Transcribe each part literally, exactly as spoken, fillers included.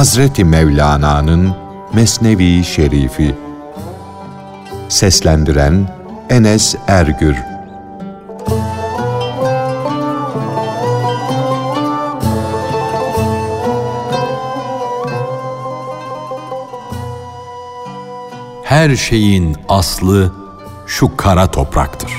Hazreti Mevlana'nın Mesnevi Şerifi. Seslendiren Enes Ergür. Her şeyin aslı şu kara topraktır.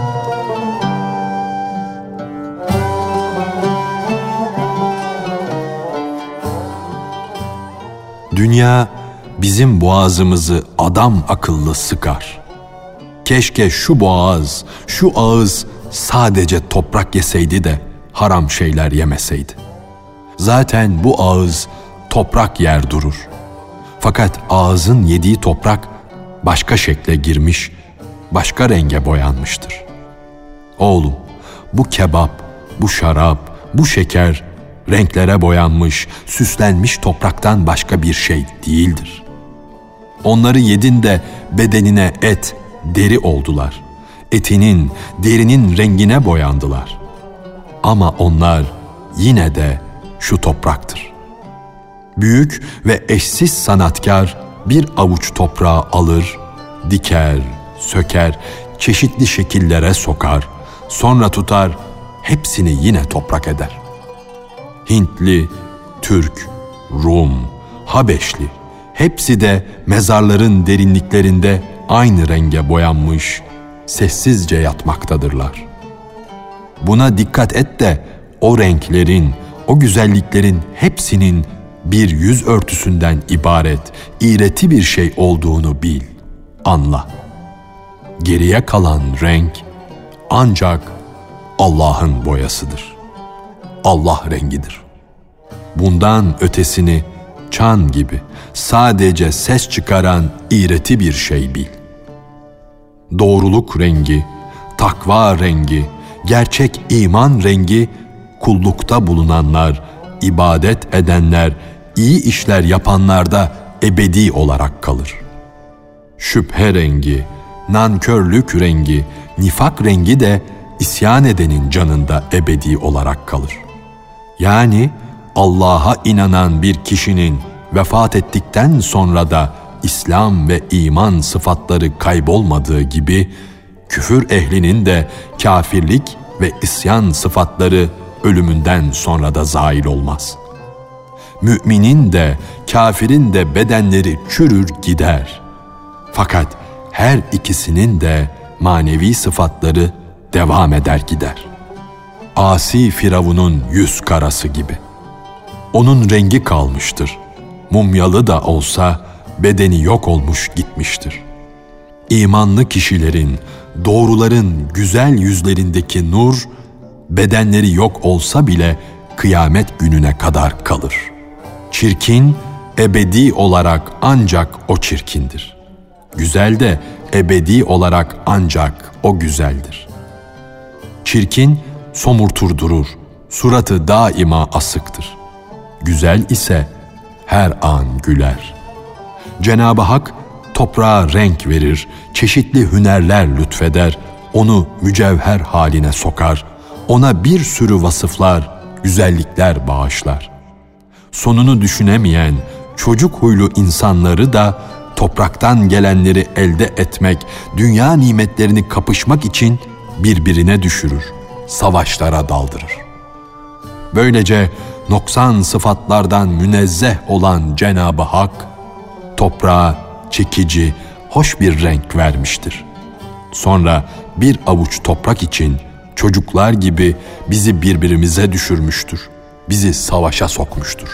Dünya bizim boğazımızı adam akıllı sıkar. Keşke şu boğaz, şu ağız sadece toprak yeseydi de haram şeyler yemeseydi. Zaten bu ağız toprak yer durur. Fakat ağzın yediği toprak başka şekle girmiş, başka renge boyanmıştır. Oğlum, bu kebap, bu şarap, bu şeker renklere boyanmış, süslenmiş topraktan başka bir şey değildir. Onları yedin de bedenine et, deri oldular. Etinin, derinin rengine boyandılar. Ama onlar yine de şu topraktır. Büyük ve eşsiz sanatkar bir avuç toprağı alır, diker, söker, çeşitli şekillere sokar, sonra tutar, hepsini yine toprak eder. Hintli, Türk, Rum, Habeşli, hepsi de mezarların derinliklerinde aynı renge boyanmış, sessizce yatmaktadırlar. Buna dikkat et de o renklerin, o güzelliklerin hepsinin bir yüz örtüsünden ibaret, iğreti bir şey olduğunu bil, anla. Geriye kalan renk ancak Allah'ın boyasıdır. Allah rengidir. Bundan ötesini çan gibi sadece ses çıkaran iğreti bir şey bil. Doğruluk rengi, takva rengi, gerçek iman rengi, kullukta bulunanlar, ibadet edenler, iyi işler yapanlarda ebedi olarak kalır. Şüphe rengi, nankörlük rengi, nifak rengi de isyan edenin canında ebedi olarak kalır. Yani Allah'a inanan bir kişinin vefat ettikten sonra da İslam ve iman sıfatları kaybolmadığı gibi, küfür ehlinin de kafirlik ve isyan sıfatları ölümünden sonra da zail olmaz. Müminin de kafirin de bedenleri çürür gider. Fakat her ikisinin de manevi sıfatları devam eder gider. Asi Firavun'un yüz karası gibi. Onun rengi kalmıştır. Mumyalı da olsa bedeni yok olmuş gitmiştir. İmanlı kişilerin, doğruların güzel yüzlerindeki nur, bedenleri yok olsa bile kıyamet gününe kadar kalır. Çirkin, ebedi olarak ancak o çirkindir. Güzel de ebedi olarak ancak o güzeldir. Çirkin, somurtur durur, suratı daima asıktır. Güzel ise her an güler. Cenab-ı Hak toprağa renk verir, çeşitli hünerler lütfeder, onu mücevher haline sokar, ona bir sürü vasıflar, güzellikler bağışlar. Sonunu düşünemeyen, çocuk huylu insanları da topraktan gelenleri elde etmek, dünya nimetlerini kapışmak için birbirine düşürür, savaşlara daldırır. Böylece noksan sıfatlardan münezzeh olan Cenab-ı Hak, toprağa çekici, hoş bir renk vermiştir. Sonra bir avuç toprak için çocuklar gibi bizi birbirimize düşürmüştür, bizi savaşa sokmuştur.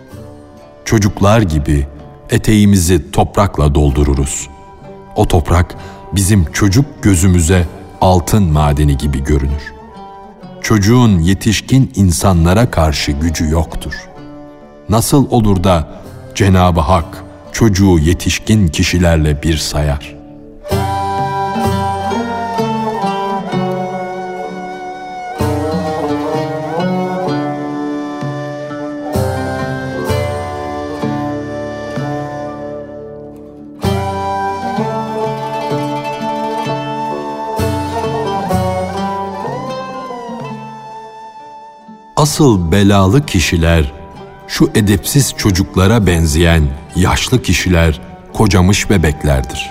Çocuklar gibi eteğimizi toprakla doldururuz. O toprak bizim çocuk gözümüze altın madeni gibi görünür. Çocuğun yetişkin insanlara karşı gücü yoktur. Nasıl olur da Cenab-ı Hak çocuğu yetişkin kişilerle bir sayar? Asıl belalı kişiler şu edepsiz çocuklara benzeyen yaşlı kişiler kocamış bebeklerdir.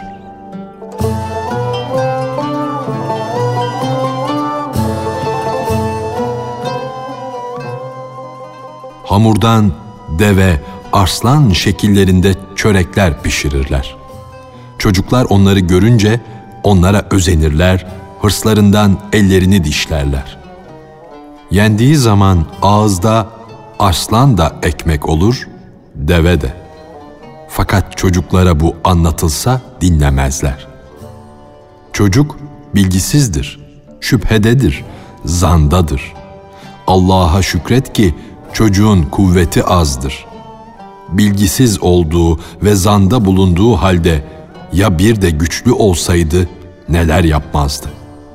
Hamurdan deve, arslan şekillerinde çörekler pişirirler. Çocuklar onları görünce onlara özenirler, hırslarından ellerini dişlerler. Yendiği zaman ağızda arslan da ekmek olur, deve de. Fakat çocuklara bu anlatılsa dinlemezler. Çocuk bilgisizdir, şüphededir, zandadır. Allah'a şükret ki çocuğun kuvveti azdır. Bilgisiz olduğu ve zanda bulunduğu halde ya bir de güçlü olsaydı neler yapmazdı?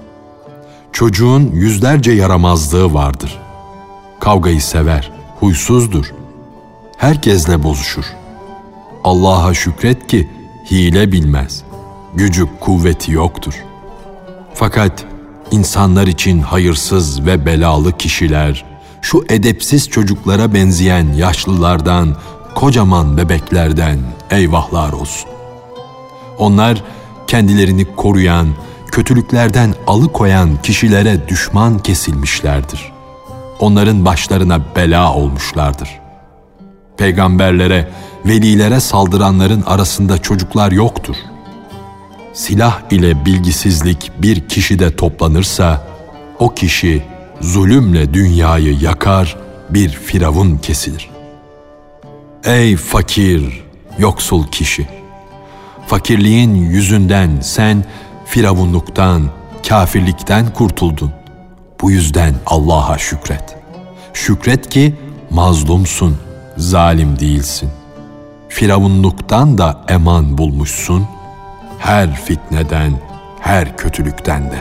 Çocuğun yüzlerce yaramazlığı vardır. Kavgayı sever, huysuzdur. Herkesle bozuşur. Allah'a şükret ki hile bilmez. Gücü kuvveti yoktur. Fakat insanlar için hayırsız ve belalı kişiler, şu edepsiz çocuklara benzeyen yaşlılardan, kocaman bebeklerden eyvahlar olsun. Onlar kendilerini koruyan, kötülüklerden alıkoyan kişilere düşman kesilmişlerdir. Onların başlarına bela olmuşlardır. Peygamberlere, velilere saldıranların arasında çocuklar yoktur. Silah ile bilgisizlik bir kişide toplanırsa, o kişi zulümle dünyayı yakar, bir firavun kesilir. Ey fakir, yoksul kişi! Fakirliğin yüzünden sen firavunluktan, kafirlikten kurtuldun. Bu yüzden Allah'a şükret. Şükret ki mazlumsun, zalim değilsin. Firavunluktan da eman bulmuşsun, her fitneden, her kötülükten de.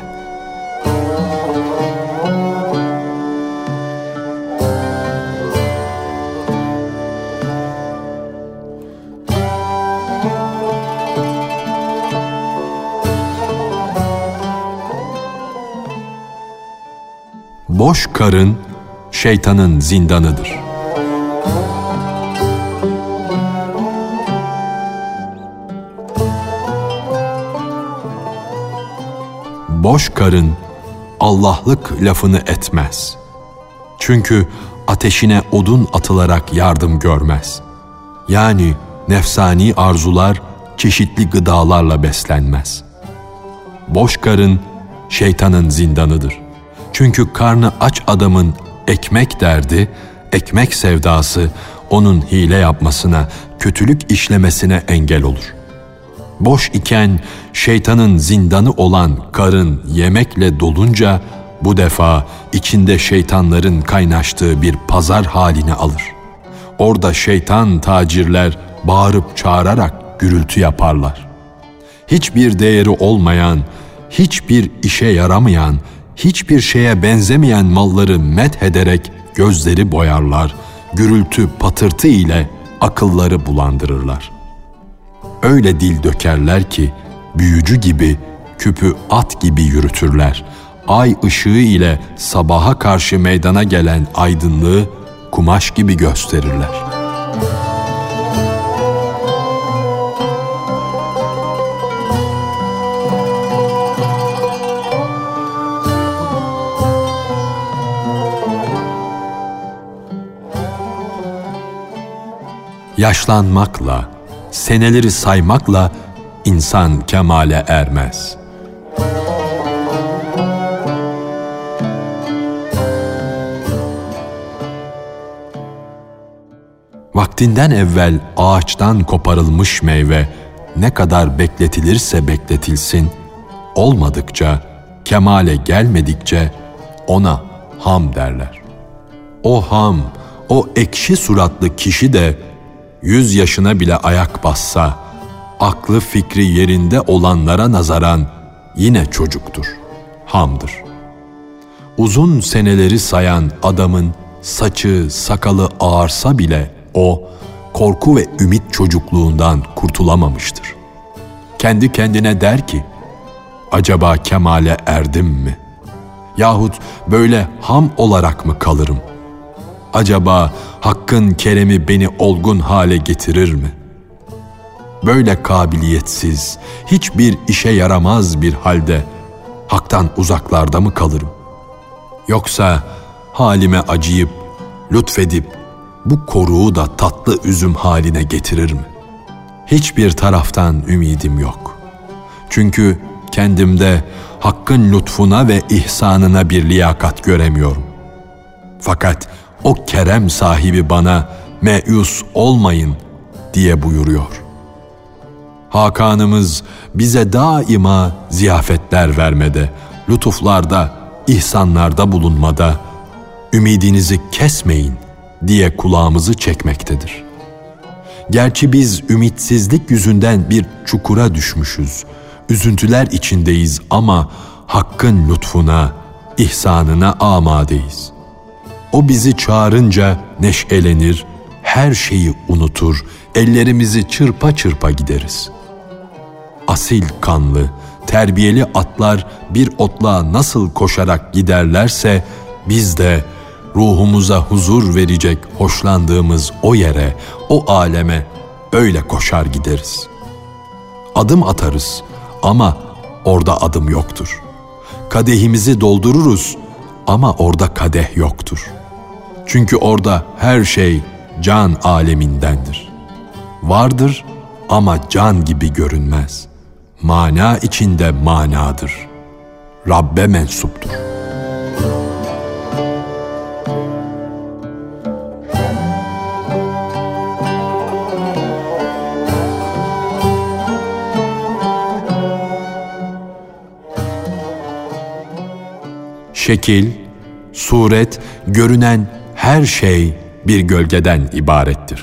Boş karın şeytanın zindanıdır. Boş karın Allah'lık lafını etmez. Çünkü ateşine odun atılarak yardım görmez. Yani nefsani arzular çeşitli gıdalarla beslenmez. Boş karın şeytanın zindanıdır. Çünkü karnı aç adamın ekmek derdi, ekmek sevdası onun hile yapmasına, kötülük işlemesine engel olur. Boş iken şeytanın zindanı olan karın yemekle dolunca bu defa içinde şeytanların kaynaştığı bir pazar haline alır. Orada şeytan tacirler bağırıp çağırarak gürültü yaparlar. Hiçbir değeri olmayan, hiçbir işe yaramayan, hiçbir şeye benzemeyen malları methederek gözleri boyarlar, gürültü patırtı ile akılları bulandırırlar. Öyle dil dökerler ki büyücü gibi, küpü at gibi yürütürler. Ay ışığı ile sabaha karşı meydana gelen aydınlığı kumaş gibi gösterirler. Yaşlanmakla, seneleri saymakla insan kemale ermez. Vaktinden evvel ağaçtan koparılmış meyve ne kadar bekletilirse bekletilsin, olmadıkça, kemale gelmedikçe ona ham derler. O ham, o ekşi suratlı kişi de yüz yaşına bile ayak bassa, aklı fikri yerinde olanlara nazaran yine çocuktur, hamdır. Uzun seneleri sayan adamın saçı, sakalı ağarsa bile o, korku ve ümit çocukluğundan kurtulamamıştır. Kendi kendine der ki, acaba kemale erdim mi? Yahut böyle ham olarak mı kalırım? acaba Hakk'ın keremi beni olgun hale getirir mi? Böyle kabiliyetsiz, hiçbir işe yaramaz bir halde Hak'tan uzaklarda mı kalırım? Yoksa halime acıyıp, lütfedip bu koruğu da tatlı üzüm haline getirir mi? Hiçbir taraftan ümidim yok. Çünkü kendimde Hakk'ın lütfuna ve ihsanına bir liyakat göremiyorum. Fakat o kerem sahibi bana meyus olmayın diye buyuruyor. Hakanımız bize daima ziyafetler vermede, lütuflarda, ihsanlarda bulunmada, ümidinizi kesmeyin diye kulağımızı çekmektedir. Gerçi biz ümitsizlik yüzünden bir çukura düşmüşüz, üzüntüler içindeyiz ama Hakk'ın lütfuna, ihsanına amadeyiz. O bizi çağırınca neşelenir, her şeyi unutur, ellerimizi çırpa çırpa gideriz. Asil kanlı, terbiyeli atlar bir otluğa nasıl koşarak giderlerse, biz de ruhumuza huzur verecek hoşlandığımız o yere, o aleme öyle koşar gideriz. Adım atarız ama orada adım yoktur. Kadehimizi doldururuz ama orada kadeh yoktur. Çünkü orada her şey can alemindendir. Vardır ama can gibi görünmez. Mana içinde manadır. Rabbe mensuptur. Şekil, suret, görünen her şey bir gölgeden ibarettir.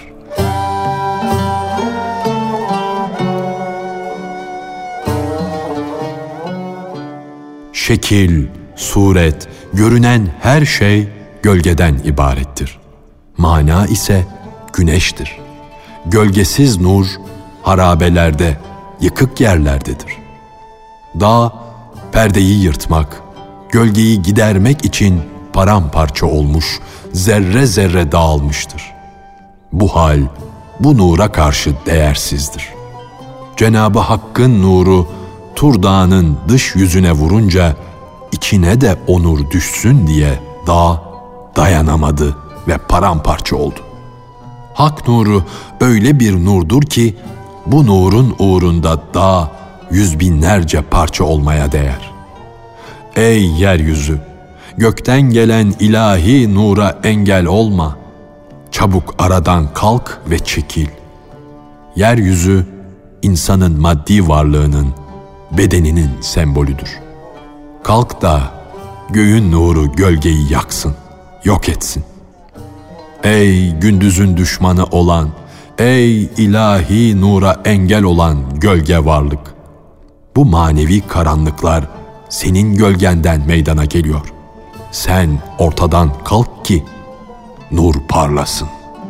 Şekil, suret, görünen her şey gölgeden ibarettir. Mana ise güneştir. Gölgesiz nur harabelerde, yıkık yerlerdedir. Dağ, perdeyi yırtmak, gölgeyi gidermek için paramparça olmuş, zerre zerre dağılmıştır. Bu hal, bu nura karşı değersizdir. Cenab-ı Hakk'ın nuru, Tur Dağı'nın dış yüzüne vurunca, içine de o nur düşsün diye dağ dayanamadı ve paramparça oldu. Hak nuru öyle bir nurdur ki, bu nurun uğrunda dağ yüz binlerce parça olmaya değer. Ey yeryüzü! Gökten gelen ilahi nura engel olma. Çabuk aradan kalk ve çekil. Yeryüzü, insanın maddi varlığının, bedeninin sembolüdür. Kalk da göğün nuru gölgeyi yaksın, yok etsin. Ey gündüzün düşmanı olan, ey ilahi nura engel olan gölge varlık! Bu manevi karanlıklar senin gölgenden meydana geliyor. Sen ortadan kalk ki nur parlasın.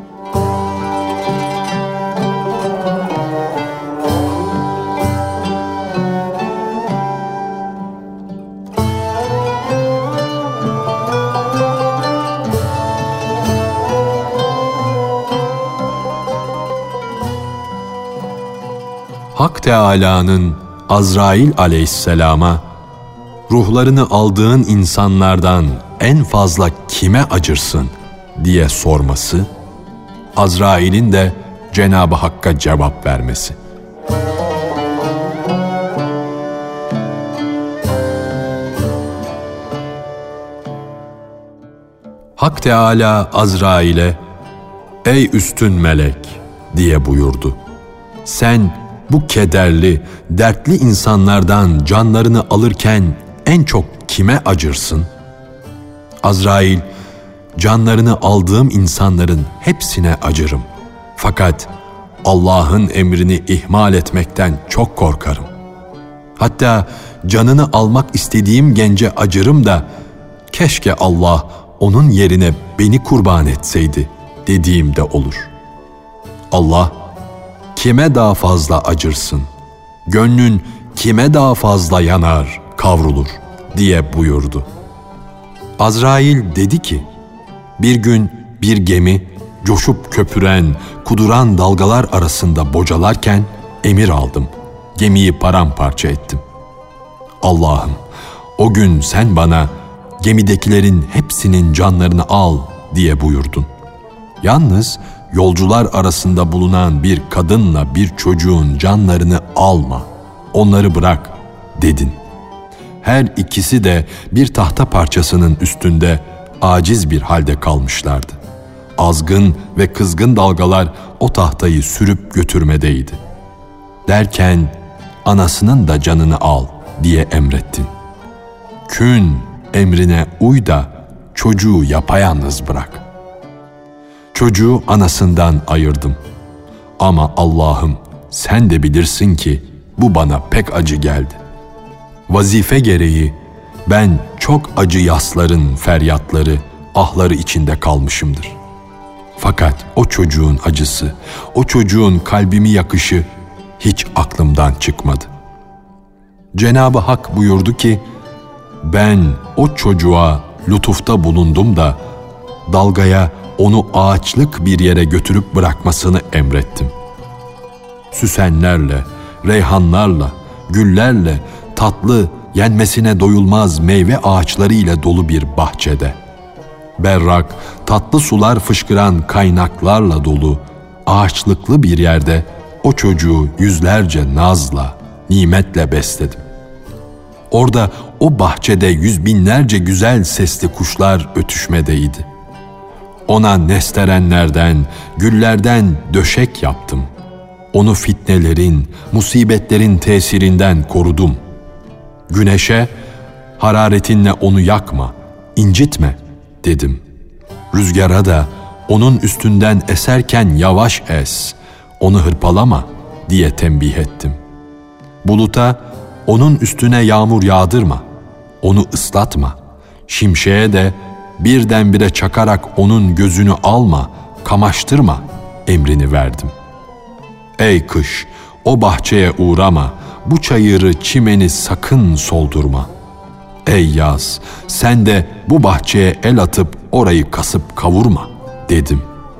Hak Teâlâ'nın Azrail aleyhisselama, ruhlarını aldığın insanlardan en fazla kime acırsın diye sorması, Azrail'in de Cenab-ı Hakk'a cevap vermesi. Hak Teâlâ Azrail'e, ey üstün melek diye buyurdu. Sen bu kederli, dertli insanlardan canlarını alırken en çok kime acırsın? Azrail, canlarını aldığım insanların hepsine acırım. Fakat Allah'ın emrini ihmal etmekten çok korkarım. Hatta canını almak istediğim gence acırım da, keşke Allah onun yerine beni kurban etseydi dediğim de olur. Allah, kime daha fazla acırsın, gönlün kime daha fazla yanar, kavrulur diye buyurdu. Azrail dedi ki, bir gün bir gemi coşup köpüren, kuduran dalgalar arasında bocalarken emir aldım. Gemiyi paramparça ettim. Allah'ım, o gün sen bana gemidekilerin hepsinin canlarını al diye buyurdun. Yalnız yolcular arasında bulunan bir kadınla bir çocuğun canlarını alma, onları bırak dedin. Her ikisi de bir tahta parçasının üstünde aciz bir halde kalmışlardı. Azgın ve kızgın dalgalar o tahtayı sürüp götürmedeydi. Derken anasının da canını al diye emrettin. Kün emrine uy da çocuğu yapayalnız bırak. Çocuğu anasından ayırdım. Ama Allah'ım, sen de bilirsin ki bu bana pek acı geldi. Vazife gereği ben çok acı yasların feryatları, ahları içinde kalmışımdır. Fakat o çocuğun acısı, o çocuğun kalbimi yakışı hiç aklımdan çıkmadı. Cenab-ı Hak buyurdu ki, ben o çocuğa lütufta bulundum da dalgaya onu ağaçlık bir yere götürüp bırakmasını emrettim. Süsenlerle, reyhanlarla, güllerle, tatlı, yenmesine doyulmaz meyve ağaçları ile dolu bir bahçede, berrak, tatlı sular fışkıran kaynaklarla dolu, ağaçlıklı bir yerde o çocuğu yüzlerce nazla, nimetle besledim. Orada o bahçede yüz binlerce güzel sesli kuşlar ötüşmedeydi. Ona nesterenlerden, güllerden döşek yaptım. Onu fitnelerin, musibetlerin tesirinden korudum. Güneşe, hararetinle onu yakma, incitme dedim. Rüzgara da onun üstünden eserken yavaş es, onu hırpalama diye tembih ettim. Buluta, onun üstüne yağmur yağdırma, onu ıslatma. Şimşeğe de birdenbire çakarak onun gözünü alma, kamaştırma emrini verdim. Ey kış, o bahçeye uğrama, bu çayırı, çimeni sakın soldurma. Ey yaz, sen de bu bahçeye el atıp orayı kasıp kavurma dedim.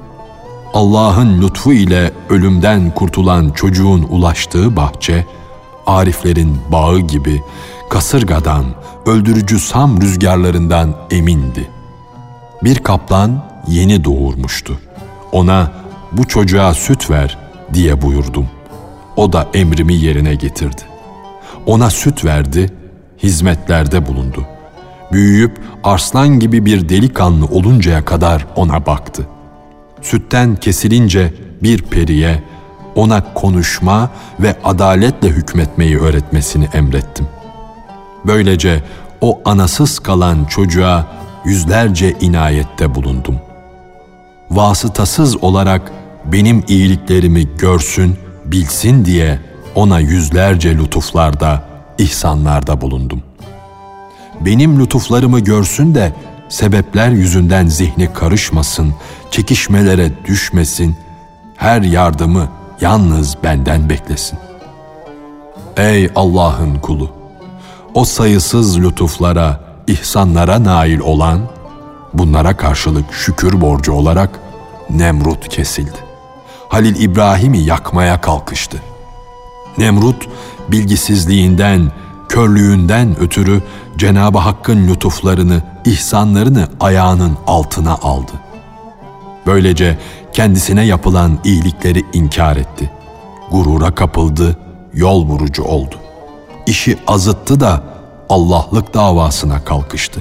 Allah'ın lütfu ile ölümden kurtulan çocuğun ulaştığı bahçe, ariflerin bağı gibi kasırgadan, öldürücü sam rüzgarlarından emindi. Bir kaplan yeni doğurmuştu. Ona bu çocuğa süt ver diye buyurdum. O da emrimi yerine getirdi. Ona süt verdi, hizmetlerde bulundu. Büyüyüp arslan gibi bir delikanlı oluncaya kadar ona baktı. Sütten kesilince bir periye ona konuşma ve adaletle hükmetmeyi öğretmesini emrettim. Böylece o anasız kalan çocuğa yüzlerce inayette bulundum. Vasıtasız olarak benim iyiliklerimi görsün, bilsin diye ona yüzlerce lütuflarda, ihsanlarda bulundum. Benim lütuflarımı görsün de sebepler yüzünden zihni karışmasın, çekişmelere düşmesin, her yardımı yalnız benden beklesin. Ey Allah'ın kulu! O sayısız lütuflara, ihsanlara nail olan, bunlara karşılık şükür borcu olarak Nemrut kesildi. Halil İbrahim'i yakmaya kalkıştı. Nemrut, bilgisizliğinden, körlüğünden ötürü Cenab-ı Hakk'ın lütuflarını, ihsanlarını ayağının altına aldı. Böylece kendisine yapılan iyilikleri inkar etti. Gurura kapıldı, yol vurucu oldu. İşi azıttı da Allah'lık davasına kalkıştı.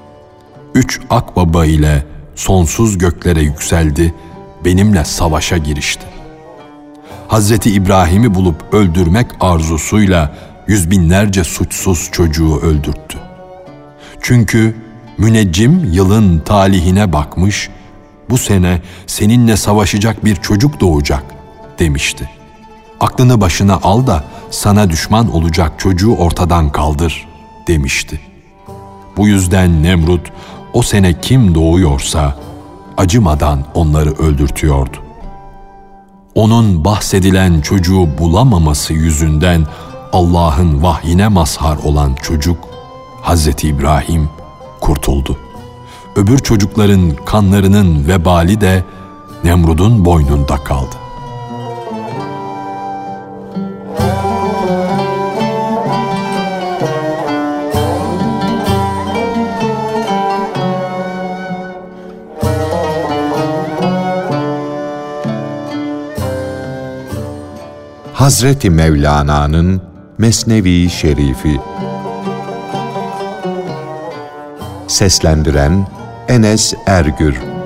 Üç akbaba ile sonsuz göklere yükseldi, benimle savaşa girişti. Hazreti İbrahim'i bulup öldürmek arzusuyla yüz binlerce suçsuz çocuğu öldürttü. Çünkü müneccim yılın talihine bakmış, bu sene seninle savaşacak bir çocuk doğacak demişti. Aklını başına al da sana düşman olacak çocuğu ortadan kaldır demişti. Bu yüzden Nemrut o sene kim doğuyorsa acımadan onları öldürtüyordu. Onun bahsedilen çocuğu bulamaması yüzünden Allah'ın vahyine mazhar olan çocuk Hazreti İbrahim kurtuldu. öbür çocukların kanlarının vebali de Nemrud'un boynunda kaldı. Hazreti Mevlana'nın Mesnevi Şerifi. Seslendiren Enes Ergür.